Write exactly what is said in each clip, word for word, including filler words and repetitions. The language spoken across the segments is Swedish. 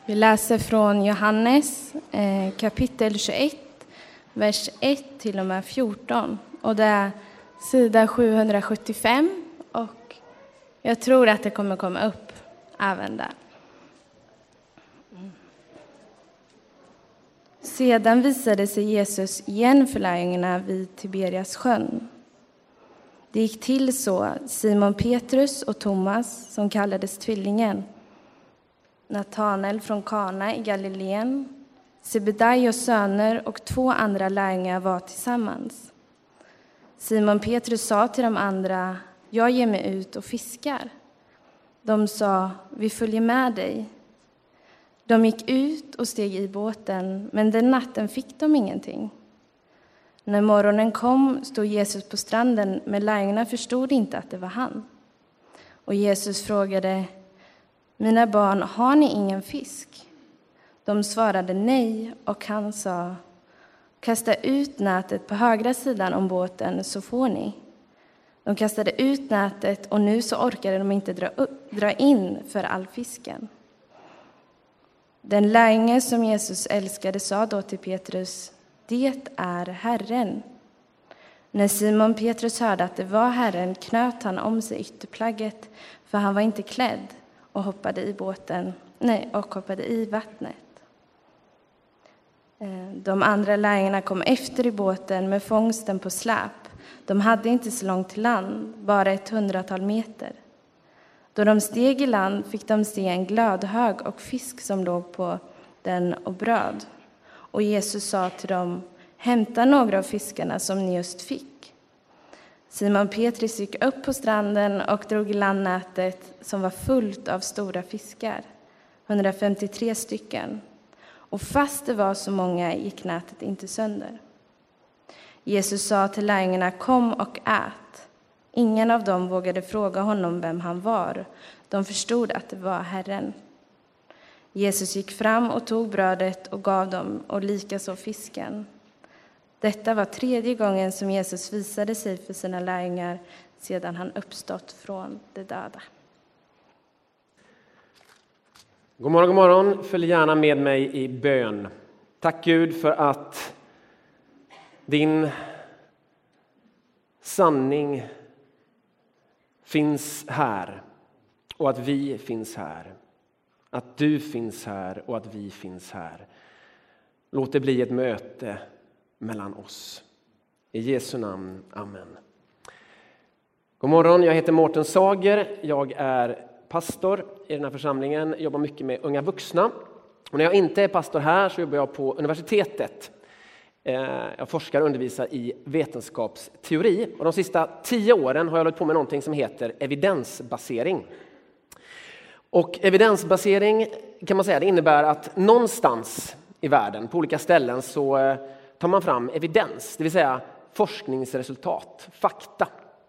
Vi läser från Johannes eh, kapitel tjugoett, vers ett till och med fjorton. Och det är sida sjuhundrasjuttiofem och jag tror att det kommer komma upp även där. Sedan visade sig Jesus igen för lärjungarna vid Tiberias sjön. Det gick till så: Simon Petrus och Thomas, som kallades tvillingen, Natanael från Kana i Galileen, Sebedaios söner och två andra lärjungar var tillsammans. Simon Petrus sa till de andra: jag ger mig ut och fiskar. De sa: vi följer med dig. De gick ut och steg i båten, men den natten fick de ingenting. När morgonen kom stod Jesus på stranden, men lärjungarna förstod inte att det var han. Och Jesus frågade: mina barn, har ni ingen fisk? De svarade nej, och han sa: kasta ut nätet på högra sidan om båten så får ni. De kastade ut nätet, och nu så orkade de inte dra, upp, dra in för all fisken. Den lärjunge som Jesus älskade sa då till Petrus: det är Herren. När Simon Petrus hörde att det var Herren knöt han om sig ytterplagget, för han var inte klädd, och hoppade i båten, nej, och hoppade i vattnet. De andra lärjungarna kom efter i båten med fångsten på släp. De hade inte så långt till land, bara ett hundratal meter. Då de steg i land fick de se en glödhög och fisk som låg på den och bröd. Och Jesus sa till dem: hämta några av fiskarna som ni just fick. Simon Petrus gick upp på stranden och drog i land nätet som var fullt av stora fiskar, hundrafemtiotre stycken. Och fast det var så många gick nätet inte sönder. Jesus sa till lärjungarna: kom och ät. Ingen av dem vågade fråga honom vem han var. De förstod att det var Herren. Jesus gick fram och tog brödet och gav dem, och likaså fisken. Detta var tredje gången som Jesus visade sig för sina lärjungar sedan han uppstått från de döda. God morgon, god morgon. Följ gärna med mig i bön. Tack Gud för att din sanning finns här och att vi finns här. Att du finns här och att vi finns här. Låt det bli ett möte mellan oss. I Jesu namn, amen. God morgon, jag heter Mårten Sager. Jag är pastor i den här församlingen. Jobbar mycket med unga vuxna. Och när jag inte är pastor här så jobbar jag på universitetet. Jag forskar och undervisar i vetenskapsteori. Och de sista tio åren har jag hållit på med någonting som heter evidensbasering. Och evidensbasering kan man säga, det innebär att någonstans i världen, på olika ställen, så tar man fram evidens, det vill säga forskningsresultat, fakta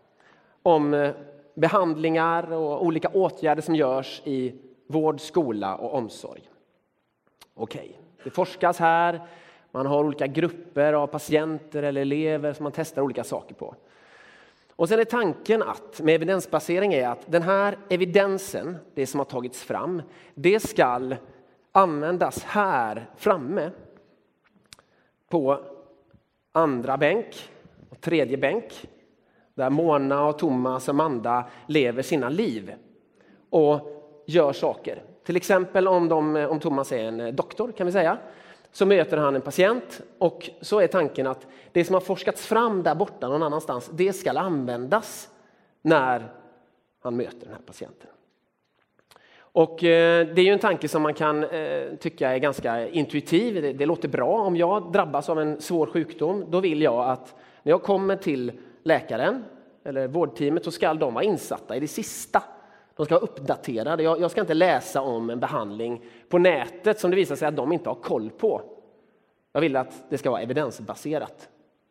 om behandlingar och olika åtgärder som görs i vård, skola och omsorg. Okej, det forskas här, man har olika grupper av patienter eller elever som man testar olika saker på. Och sen är tanken att med evidensbasering är att den här evidensen, det som har tagits fram, det ska användas här framme på andra bänk och tredje bänk, där Mona och Thomas och Amanda lever sina liv och gör saker. Till exempel om, de, om Thomas är en doktor, kan vi säga, så möter han en patient, och så är tanken att det som har forskats fram där borta någon annanstans, det ska användas när han möter den här patienten. Och eh, det är ju en tanke som man kan eh, tycka är ganska intuitiv. Det, det låter bra. Om jag drabbas av en svår sjukdom, då vill jag att när jag kommer till läkaren eller vårdteamet så ska de vara insatta i det sista. De ska vara uppdaterade. Jag, jag ska inte läsa om en behandling på nätet som det visar sig att de inte har koll på. Jag vill att det ska vara evidensbaserat.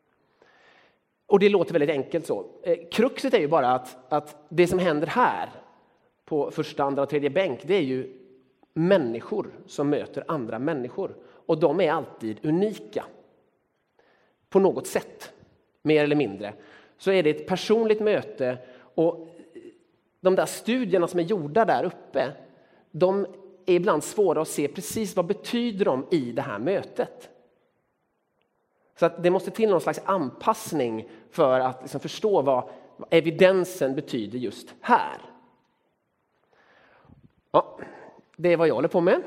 Och det låter väldigt enkelt så. Eh, kruxet är ju bara att, att det som händer här på första, andra och tredje bänk, det är ju människor som möter andra människor. Och de är alltid unika. På något sätt, mer eller mindre. Så är det ett personligt möte, och de där studierna som är gjorda där uppe, de är ibland svåra att se precis vad betyder de i det här mötet. Så att det måste till någon slags anpassning för att liksom förstå vad, vad evidensen betyder just här. Ja, det är vad jag håller på med.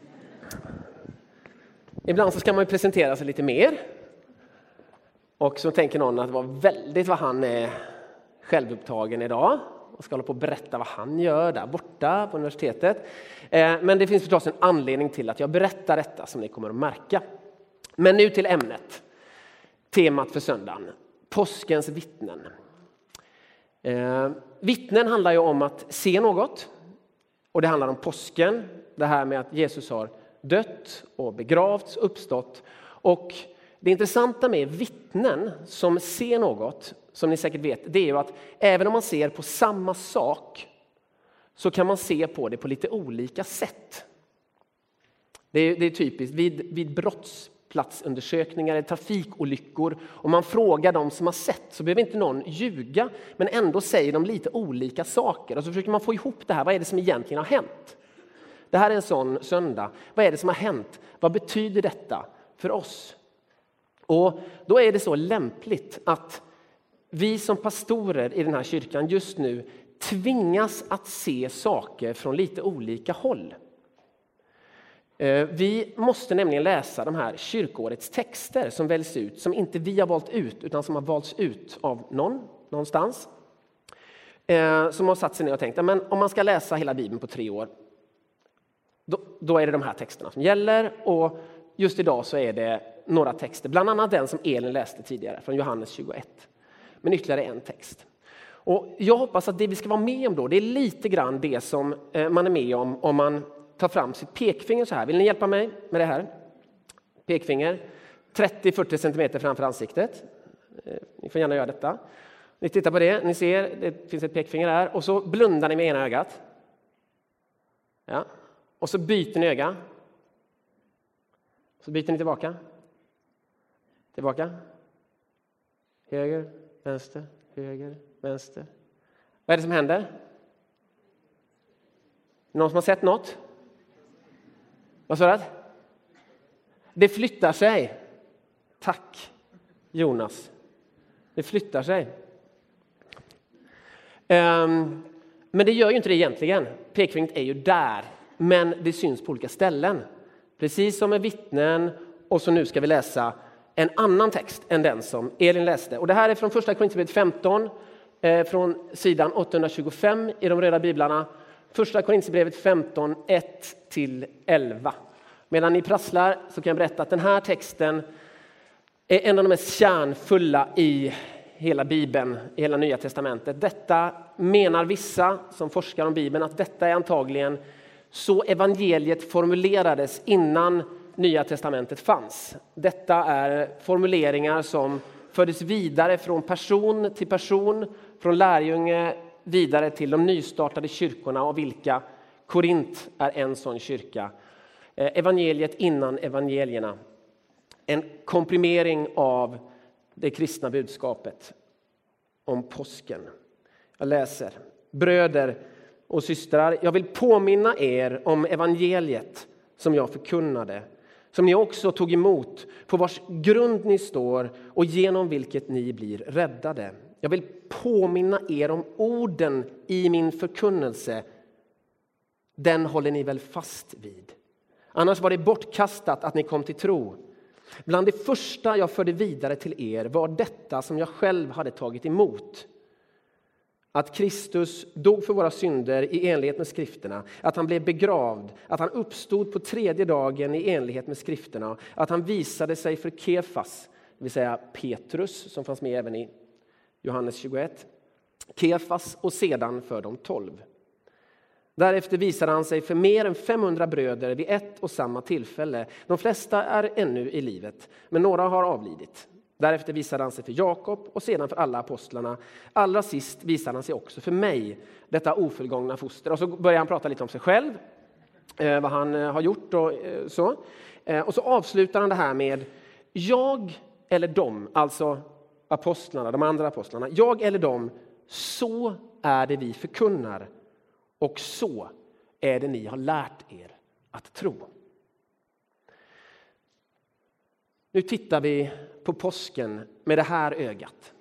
Ibland så ska man ju presentera sig lite mer. Och så tänker någon att det var väldigt vad han är självupptagen idag. Och ska hålla på att berätta vad han gör där borta på universitetet. Men det finns förstås en anledning till att jag berättar detta som ni kommer att märka. Men nu till ämnet. Temat för söndagen. Påskens vittnen. Eh, vittnen handlar ju om att se något. Och det handlar om påsken. Det här med att Jesus har dött och begravts, uppstått. Och det intressanta med vittnen som ser något, som ni säkert vet, det är ju att även om man ser på samma sak så kan man se på det på lite olika sätt. Det är, det är typiskt vid, vid brottsplatsundersökningar eller trafikolyckor. Om man frågar de som har sett så behöver inte någon ljuga, men ändå säger de lite olika saker. Och så försöker man få ihop det här. Vad är det som egentligen har hänt? Det här är en sån söndag. Vad är det som har hänt? Vad betyder detta för oss? Och då är det så lämpligt att vi som pastorer i den här kyrkan just nu tvingas att se saker från lite olika håll. Vi måste nämligen läsa de här kyrkårets texter som väljs ut, som inte vi har valt ut utan som har valts ut av någon någonstans. Som har satt sig ner och tänkt, men om man ska läsa hela Bibeln på tre år, då, då är det de här texterna som gäller. Och just idag så är det några texter, bland annat den som Elin läste tidigare från Johannes tjugoett. Men ytterligare en text. Och jag hoppas att det vi ska vara med om då, det är lite grann det som man är med om om man tar fram sitt pekfinger så här. Vill ni hjälpa mig med det här? Pekfinger, trettio till fyrtio centimeter framför ansiktet. Ni får gärna göra detta. Ni tittar på det, ni ser, det finns ett pekfinger här. Och så blundar ni med ena ögat. Ja. Och så byter ni öga. Så byter ni tillbaka. Tillbaka. Höger, vänster, höger, vänster. Vad är det som händer? Någon som har sett något? Vad sa du? Det flyttar sig. Tack, Jonas. Det flyttar sig. Um, men det gör ju inte det egentligen. Pekfingret är ju där. Men det syns på olika ställen. Precis som med vittnen. Och så nu ska vi läsa en annan text än den som Elin läste. Och det här är från första Korinthierbrevet femton. Eh, från sidan åttahundratjugofem i de röda biblarna. Första Korinthierbrevet femton, ett till elva. Medan ni prasslar så kan jag berätta att den här texten är en av de mest kärnfulla i hela Bibeln, i hela Nya testamentet. Detta menar vissa som forskar om Bibeln att detta är antagligen så evangeliet formulerades innan Nya testamentet fanns. Detta är formuleringar som fördes vidare från person till person, från lärjunge vidare till de nystartade kyrkorna, av vilka Korint är en sån kyrka. Evangeliet innan evangelierna. En komprimering av det kristna budskapet om påsken. Jag läser. Bröder och systrar, jag vill påminna er om evangeliet som jag förkunnade, som ni också tog emot, på vars grund ni står och genom vilket ni blir räddade. Jag vill påminna er om orden i min förkunnelse. Den håller ni väl fast vid. Annars var det bortkastat att ni kom till tro. Bland det första jag förde vidare till er var detta som jag själv hade tagit emot. Att Kristus dog för våra synder i enlighet med skrifterna. Att han blev begravd. Att han uppstod på tredje dagen i enlighet med skrifterna. Att han visade sig för Kefas, det vill säga Petrus som fanns med även i Johannes tjugoett. Kefas och sedan för de tolv. Därefter visade han sig för mer än femhundra bröder vid ett och samma tillfälle. De flesta är ännu i livet, men några har avlidit. Därefter visade han sig för Jakob och sedan för alla apostlarna. Allra sist visade han sig också för mig, detta ofullgångna foster. Och så börjar han prata lite om sig själv, eh, vad han eh, har gjort och eh, så. Eh, och så avslutar han det här med jag eller dem, alltså apostlarna, de andra apostlarna. Jag eller dem, så är det vi förkunnar. Och så är det ni har lärt er att tro. Nu tittar vi på påsken med det här ögat.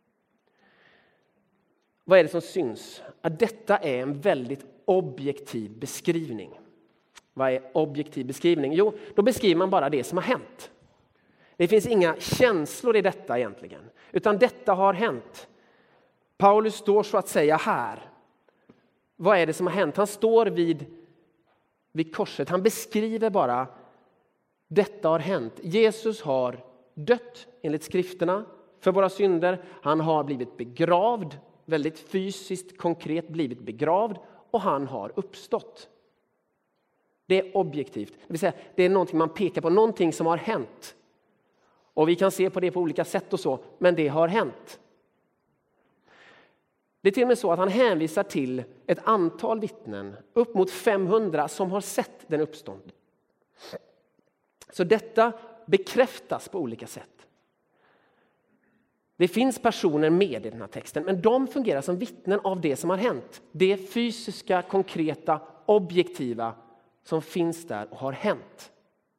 Vad är det som syns? Att detta är en väldigt objektiv beskrivning. Vad är objektiv beskrivning? Jo, då beskriver man bara det som har hänt. Det finns inga känslor i detta egentligen, utan detta har hänt. Paulus står så att säga här. Vad är det som har hänt? Han står vid, vid korset. Han beskriver bara detta har hänt. Jesus har dött enligt skrifterna för våra synder. Han har blivit begravd, väldigt fysiskt, konkret blivit begravd, och han har uppstått. Det är objektivt. Det vill säga, det är någonting man pekar på, någonting som har hänt. Och vi kan se på det på olika sätt och så, men det har hänt. Det är till och med så att han hänvisar till ett antal vittnen, upp mot femhundra, som har sett den uppstånd. Så detta bekräftas på olika sätt. Det finns personer med i den här texten, men de fungerar som vittnen av det som har hänt. Det fysiska, konkreta, objektiva som finns där och har hänt.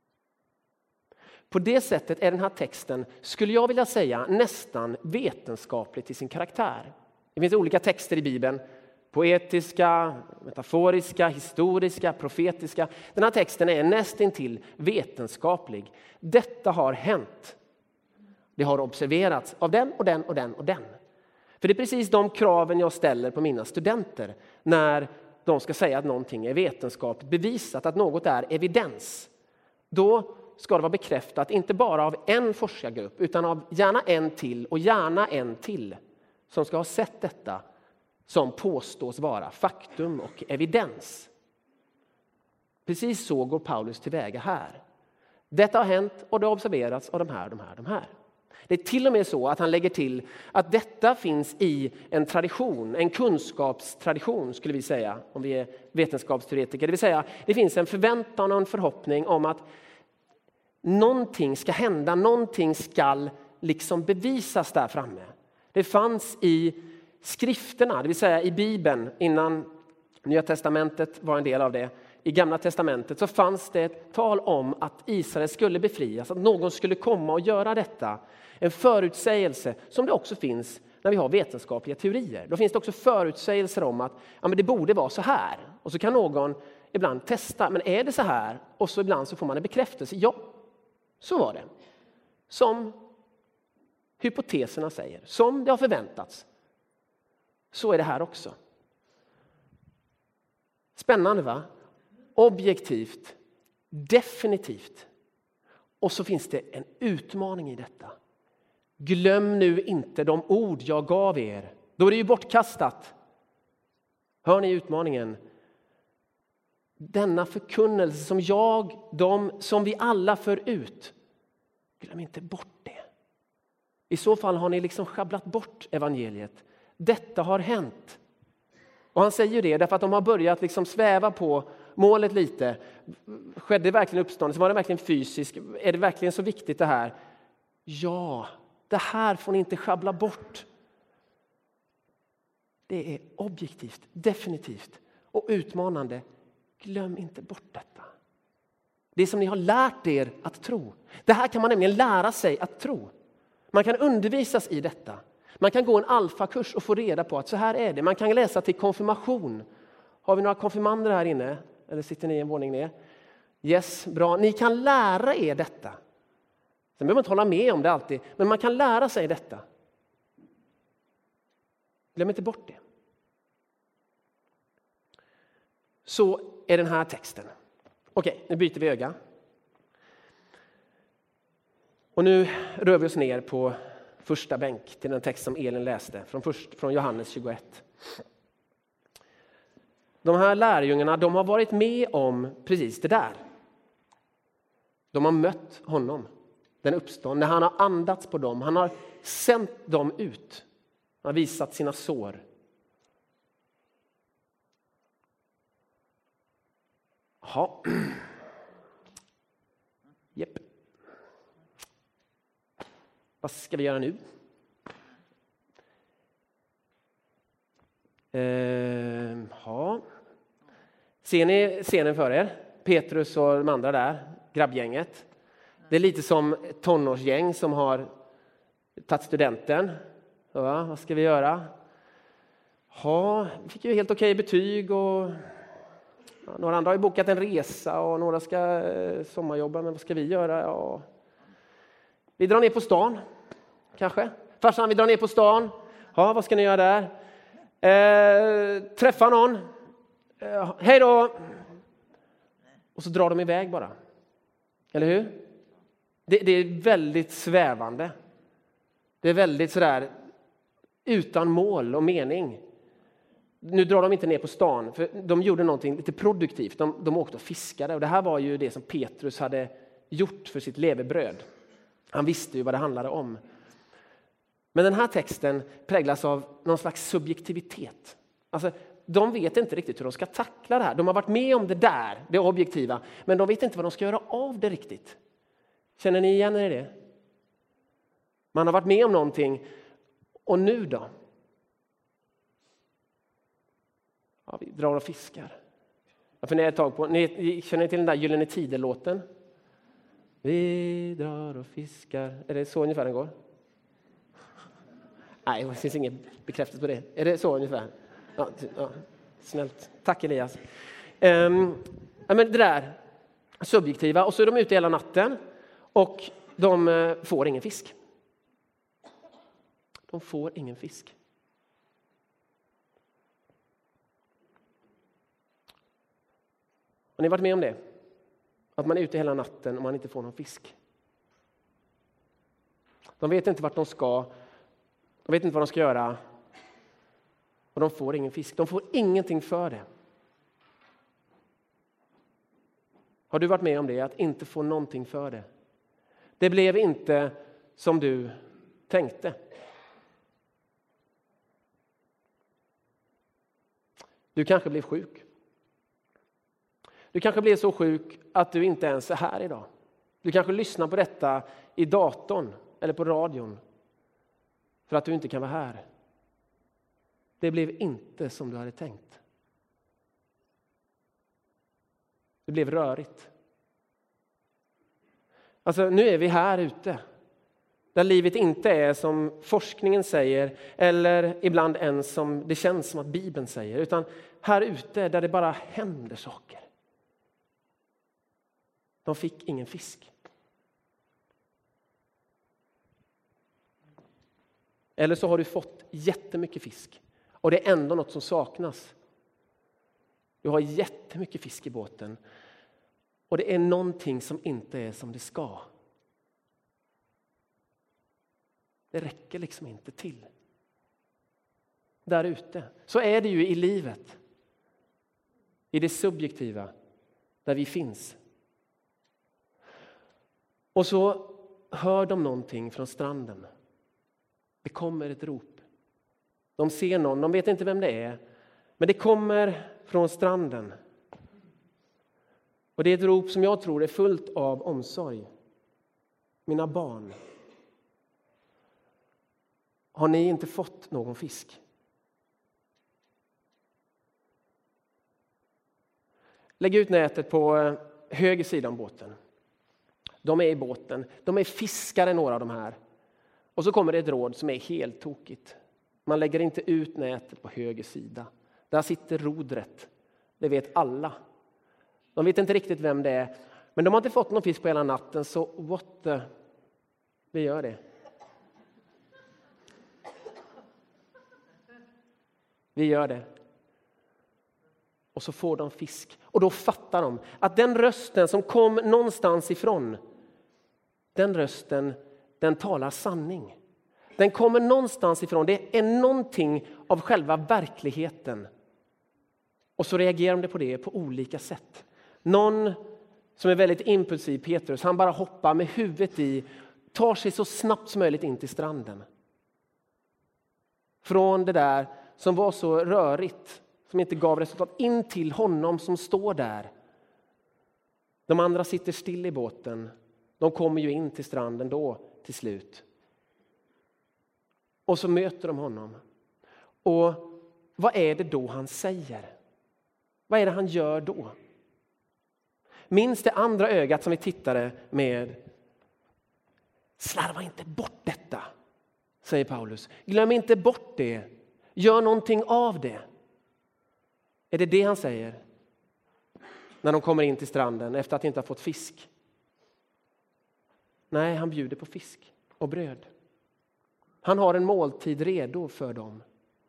På det sättet är den här texten, skulle jag vilja säga, nästan vetenskaplig till sin karaktär. Det finns olika texter i Bibeln. Poetiska, metaforiska, historiska, profetiska. Den här texten är nästintill vetenskaplig. Detta har hänt. Det har observerats av den och den och den och den. För det är precis de kraven jag ställer på mina studenter när de ska säga att någonting är vetenskapligt bevisat, att något är evidens. Då ska det vara bekräftat inte bara av en forskargrupp utan av gärna en till och gärna en till som ska ha sett detta som påstås vara faktum och evidens. Precis så går Paulus tillväga här. Detta har hänt och det har observerats av de här, de här, de här. Det är till och med så att han lägger till att detta finns i en tradition, en kunskapstradition skulle vi säga, om vi är vetenskapsteoretiker. Det vill säga, det finns en förväntan och en förhoppning om att någonting ska hända, någonting ska liksom bevisas där framme. Det fanns i skrifterna, det vill säga i Bibeln, innan Nya testamentet var en del av det. I Gamla testamentet så fanns det ett tal om att Israel skulle befrias, att någon skulle komma och göra detta. En förutsägelse som det också finns när vi har vetenskapliga teorier. Då finns det också förutsägelser om att ja, men det borde vara så här. Och så kan någon ibland testa, men är det så här? Och så ibland så får man en bekräftelse. Ja, så var det. Som hypoteserna säger, som det har förväntats. Så är det här också. Spännande, va? Objektivt, definitivt. Och så finns det en utmaning i detta. Glöm nu inte de ord jag gav er. Då är det ju bortkastat. Hör ni utmaningen? Denna förkunnelse som jag, de som vi alla för ut. Glöm inte bort det. I så fall har ni liksom schabblat bort evangeliet. Detta har hänt. Och han säger det därför att de har börjat liksom sväva på målet lite. Skedde det verkligen uppståndelse? Var det verkligen fysiskt? Är det verkligen så viktigt det här? Ja, det här får ni inte schabbla bort. Det är objektivt, definitivt och utmanande. Glöm inte bort detta. Det som ni har lärt er att tro. Det här kan man nämligen lära sig att tro. Man kan undervisas i detta. Man kan gå en alfakurs och få reda på att så här är det. Man kan läsa till konfirmation. Har vi några konfirmander här inne? Eller sitter ni en våning ner? Yes, bra. Ni kan lära er detta. Sen behöver man inte hålla med om det alltid. Men man kan lära sig detta. Glöm inte bort det. Så är den här texten. Okej, nu byter vi öga. Och nu rör vi oss ner på första bänk till den text som Elin läste från, först, från Johannes tjugoett. De här lärjungarna, de har varit med om precis det där. De har mött honom, den uppstånd, när han har andats på dem. Han har sänt dem ut. Han har visat sina sår. Ja. Jepp. Vad ska vi göra nu? Eh, ja. Ser ni scenen för er? Petrus och de andra där, grabbgänget. Det är lite som ett tonårsgäng som har tagit studenten. Ja, vad ska vi göra? Ja, vi fick ju helt okej betyg och ja, några andra har ju bokat en resa och några ska eh, sommarjobba, men vad ska vi göra? Ja. Vi drar ner på stan, kanske. Farsan, vi drar ner på stan. Ja, vad ska ni göra där? Eh, träffa någon. Eh, hej då! Och så drar de iväg bara. Eller hur? Det, det är väldigt svävande. Det är väldigt sådär utan mål och mening. Nu drar de inte ner på stan, för de gjorde någonting lite produktivt. De, de åkte och fiskade, och det här var ju det som Petrus hade gjort för sitt levebröd. Han visste ju vad det handlade om. Men den här texten präglas av någon slags subjektivitet. Alltså, de vet inte riktigt hur de ska tackla det här. De har varit med om det där, det objektiva, men de vet inte vad de ska göra av det riktigt. Känner ni igen er i det? Man har varit med om någonting, och nu då? Ja, vi drar och fiskar. Jag funderar ett tag på, ni känner till den där Gyllene Tider-låten? Vi drar och fiskar. Är det så ungefär den går? Nej, det finns ingen bekräftelse på det. Är det så ungefär? Ja, ja, snällt. Tack Elias. Um, ja, men det där subjektiva. Och så är de ute hela natten och de uh, får ingen fisk. De får ingen fisk. Har ni varit med om det? Att man är ute hela natten och man inte får någon fisk. De vet inte vart de ska. De vet inte vad de ska göra. Och de får ingen fisk. De får ingenting för det. Har du varit med om det? Att inte få någonting för det. Det blev inte som du tänkte. Du kanske blev sjuk. Du kanske blev så sjuk att du inte ens är här idag. Du kanske lyssnar på detta i datorn eller på radion för att du inte kan vara här. Det blev inte som du hade tänkt. Det blev rörigt. Alltså, nu är vi här ute. Där livet inte är som forskningen säger eller ibland ens som det känns som att Bibeln säger. Utan här ute där det bara händer saker. De fick ingen fisk. Eller så har du fått jättemycket fisk. Och det är ändå något som saknas. Du har jättemycket fisk i båten. Och det är någonting som inte är som det ska. Det räcker liksom inte till. Där ute. Så är det ju i livet. I det subjektiva. Där vi finns. Och så hör de någonting från stranden. Det kommer ett rop. De ser någon, de vet inte vem det är. Men det kommer från stranden. Och det är ett rop som jag tror är fullt av omsorg. Mina barn. Har ni inte fått någon fisk? Lägg ut nätet på höger sida om båten. De är i båten. De är fiskare, några av de här. Och så kommer det ett råd som är helt tokigt. Man lägger inte ut nätet på höger sida. Där sitter rodret. Det vet alla. De vet inte riktigt vem det är. Men de har inte fått någon fisk på hela natten, så what the... Vi gör det. Vi gör det. Och så får de fisk. Och då fattar de att den rösten som kom någonstans ifrån, den rösten, den talar sanning. Den kommer någonstans ifrån. Det är någonting av själva verkligheten. Och så reagerar de på det på olika sätt. Någon som är väldigt impulsiv, Petrus, han bara hoppar med huvudet i, tar sig så snabbt som möjligt in till stranden. Från det där som var så rörigt, som inte gav resultat, in till honom som står där. De andra sitter still i båten. De kommer ju in till stranden då till slut. Och så möter de honom. Och vad är det då han säger? Vad är det han gör då? Minns det andra ögat som vi tittade med. Slarva inte bort detta, säger Paulus. Glöm inte bort det. Gör någonting av det. Är det det han säger? När de kommer in till stranden efter att inte ha fått fisk. Nej, han bjuder på fisk och bröd. Han har en måltid redo för dem.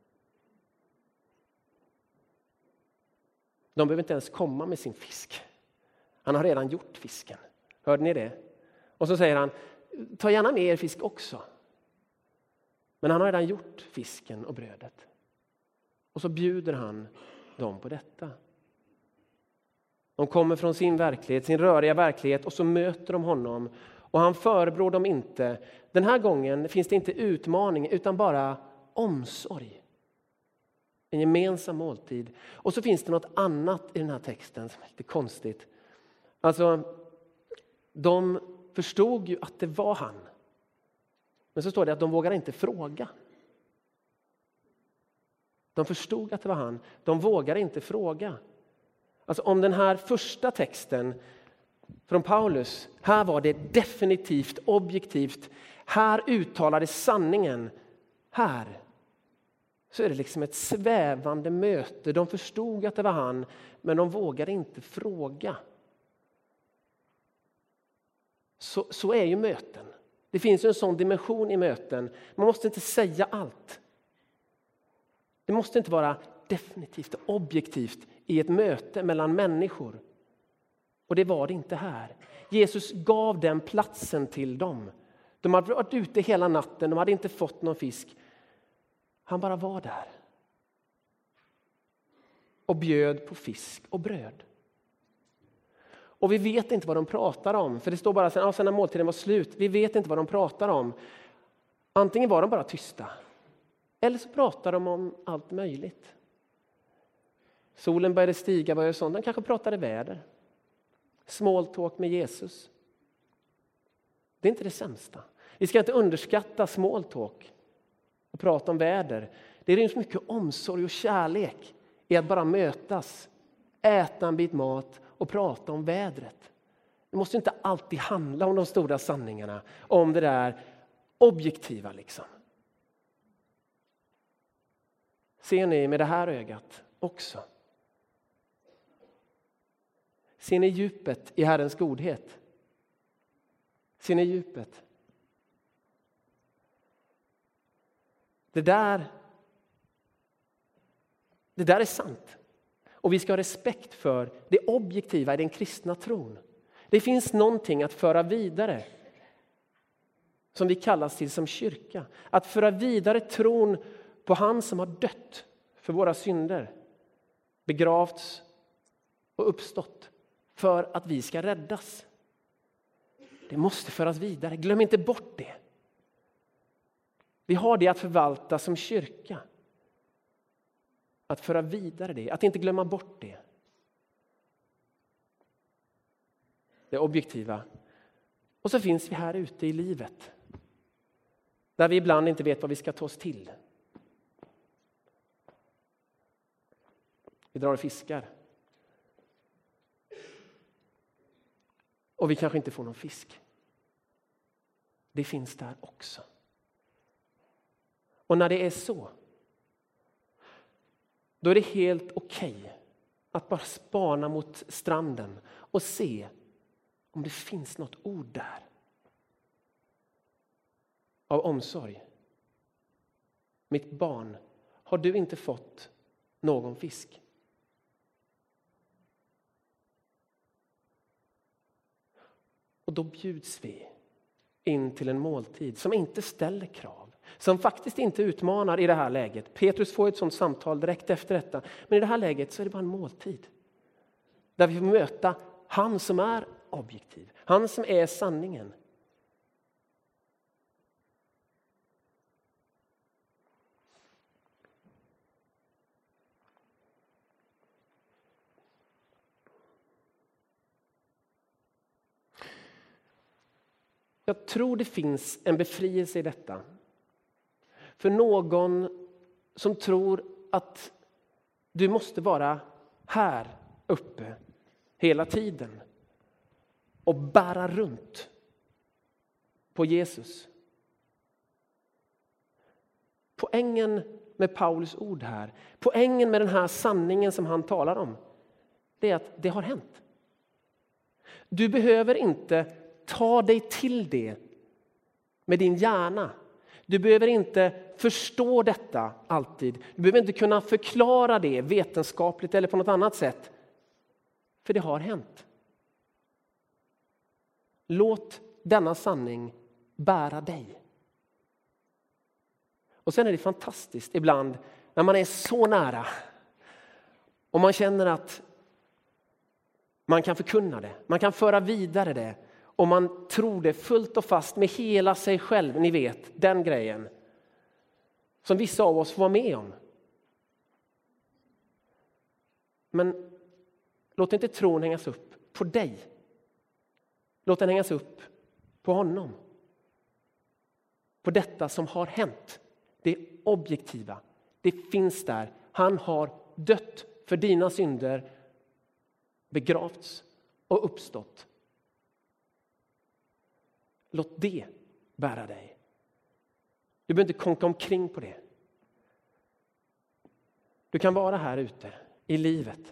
De behöver inte ens komma med sin fisk. Han har redan gjort fisken. Hörde ni det? Och så säger han, ta gärna med er fisk också. Men han har redan gjort fisken och brödet. Och så bjuder han dem på detta. De kommer från sin verklighet, sin röriga verklighet, och så möter de honom. Och han förebrår dem inte. Den här gången finns det inte utmaning utan bara omsorg. En gemensam måltid. Och så finns det något annat i den här texten som är lite konstigt. Alltså, de förstod ju att det var han. Men så står det att de vågar inte fråga. De förstod att det var han. De vågar inte fråga. Alltså om den här första texten från Paulus, här var det definitivt, objektivt. Här uttalades sanningen. Här så är det liksom ett svävande möte. De förstod att det var han, men de vågade inte fråga. Så, så är ju möten. Det finns en sån dimension i möten. Man måste inte säga allt. Det måste inte vara definitivt och objektivt i ett möte mellan människor. Och det var det inte här. Jesus gav den platsen till dem. De hade varit ute hela natten, de hade inte fått någon fisk. Han bara var där. Och bjöd på fisk och bröd. Och vi vet inte vad de pratar om. För det står bara sen, ja, sen när måltiden var slut. Vi vet inte vad de pratar om. Antingen var de bara tysta. Eller så pratar de om allt möjligt. Solen började stiga, vad är sånt? De kanske pratade väder. Small talk med Jesus. Det är inte det sämsta. Vi ska inte underskatta small talk och prata om väder. Det är så mycket omsorg och kärlek i att bara mötas, äta en bit mat och prata om vädret. Det måste inte alltid handla om de stora sanningarna, om det där objektiva liksom. Ser ni med det här ögat också? Ser ni djupet i Herrens godhet? Ser ni djupet? Det där, det där är sant. Och vi ska ha respekt för det objektiva i den kristna tron. Det finns någonting att föra vidare som vi kallas till som kyrka. Att föra vidare tron på han som har dött för våra synder, begravts och uppstått för att vi ska räddas. Det måste föras vidare. Glöm inte bort det. Vi har det att förvalta som kyrka. Att föra vidare det. Att inte glömma bort det. Det objektiva. Och så finns vi här ute i livet. Där vi ibland inte vet vad vi ska ta oss till. Vi drar och fiskar. Och vi kanske inte får någon fisk. Det finns där också. Och när det är så, då är det helt okej att bara spana mot stranden och se om det finns något ord där av omsorg. Mitt barn, har du inte fått någon fisk? Och då bjuds vi in till en måltid som inte ställer krav. Som faktiskt inte utmanar i det här läget. Petrus får ett sånt samtal direkt efter detta. Men i det här läget så är det bara en måltid. Där vi får möta han som är objektiv. Han som är sanningen. Jag tror det finns en befrielse i detta. För någon som tror att du måste vara här uppe hela tiden. och bära runt på Jesus. Poängen med Paulus ord här, poängen med den här sanningen som han talar om, det är att det har hänt. Du behöver inte ta dig till det med din hjärna. Du behöver inte förstå detta alltid. Du behöver inte kunna förklara det vetenskapligt eller på något annat sätt. För det har hänt. Låt denna sanning bära dig. Och sen är det fantastiskt ibland när man är så nära och man känner att man kan förkunna det, man kan föra vidare det och man tror det fullt och fast med hela sig själv. Ni vet, den grejen som vissa av oss får vara med om. Men låt inte tron hängas upp på dig. Låt den hängas upp på honom. På detta som har hänt. Det är objektiva. Det finns där. Han har dött för dina synder, begravts och uppstått. Låt det bära dig. Du behöver inte konka omkring på det. Du kan vara här ute i livet.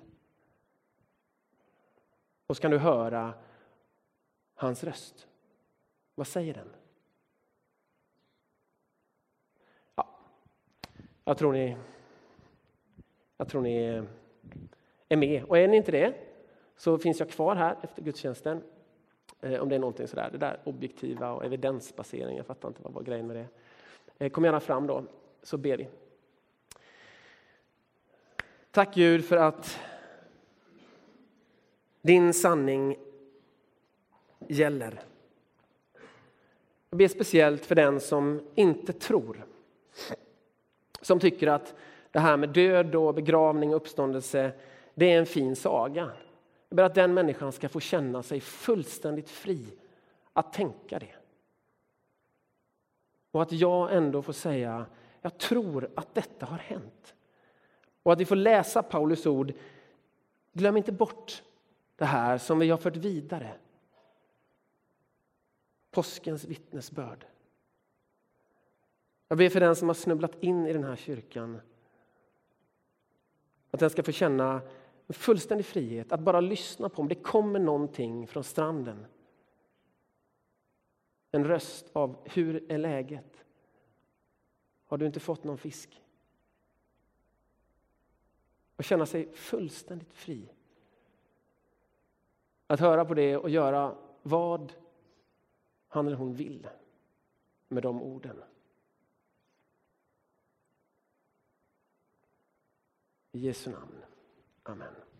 Och så kan du höra hans röst. Vad säger den? Ja, jag tror ni, jag tror ni är med. Och är ni inte det så finns jag kvar här efter gudstjänsten. Eh, om det är någonting sådär, det där objektiva och evidensbasering. Jag fattar inte vad var grejen med det. Eh, kom gärna fram då, så ber vi. Tack Gud för att din sanning gäller. Jag ber speciellt för den som inte tror. Som tycker att det här med död och begravning och uppståndelse, det är en fin saga. Jag ber att den människan ska få känna sig fullständigt fri att tänka det. Och att jag ändå får säga, jag tror att detta har hänt. Och att vi får läsa Paulus ord. Glöm inte bort det här som vi har fört vidare. Påskens vittnesbörd. Jag ber för den som har snubblat in i den här kyrkan. Att den ska få känna en fullständig frihet. Att bara lyssna på om det kommer någonting från stranden. En röst av hur är läget? Har du inte fått någon fisk? Och känna sig fullständigt fri. Att höra på det och göra vad han eller hon vill med de orden. I Jesu namn. Amen.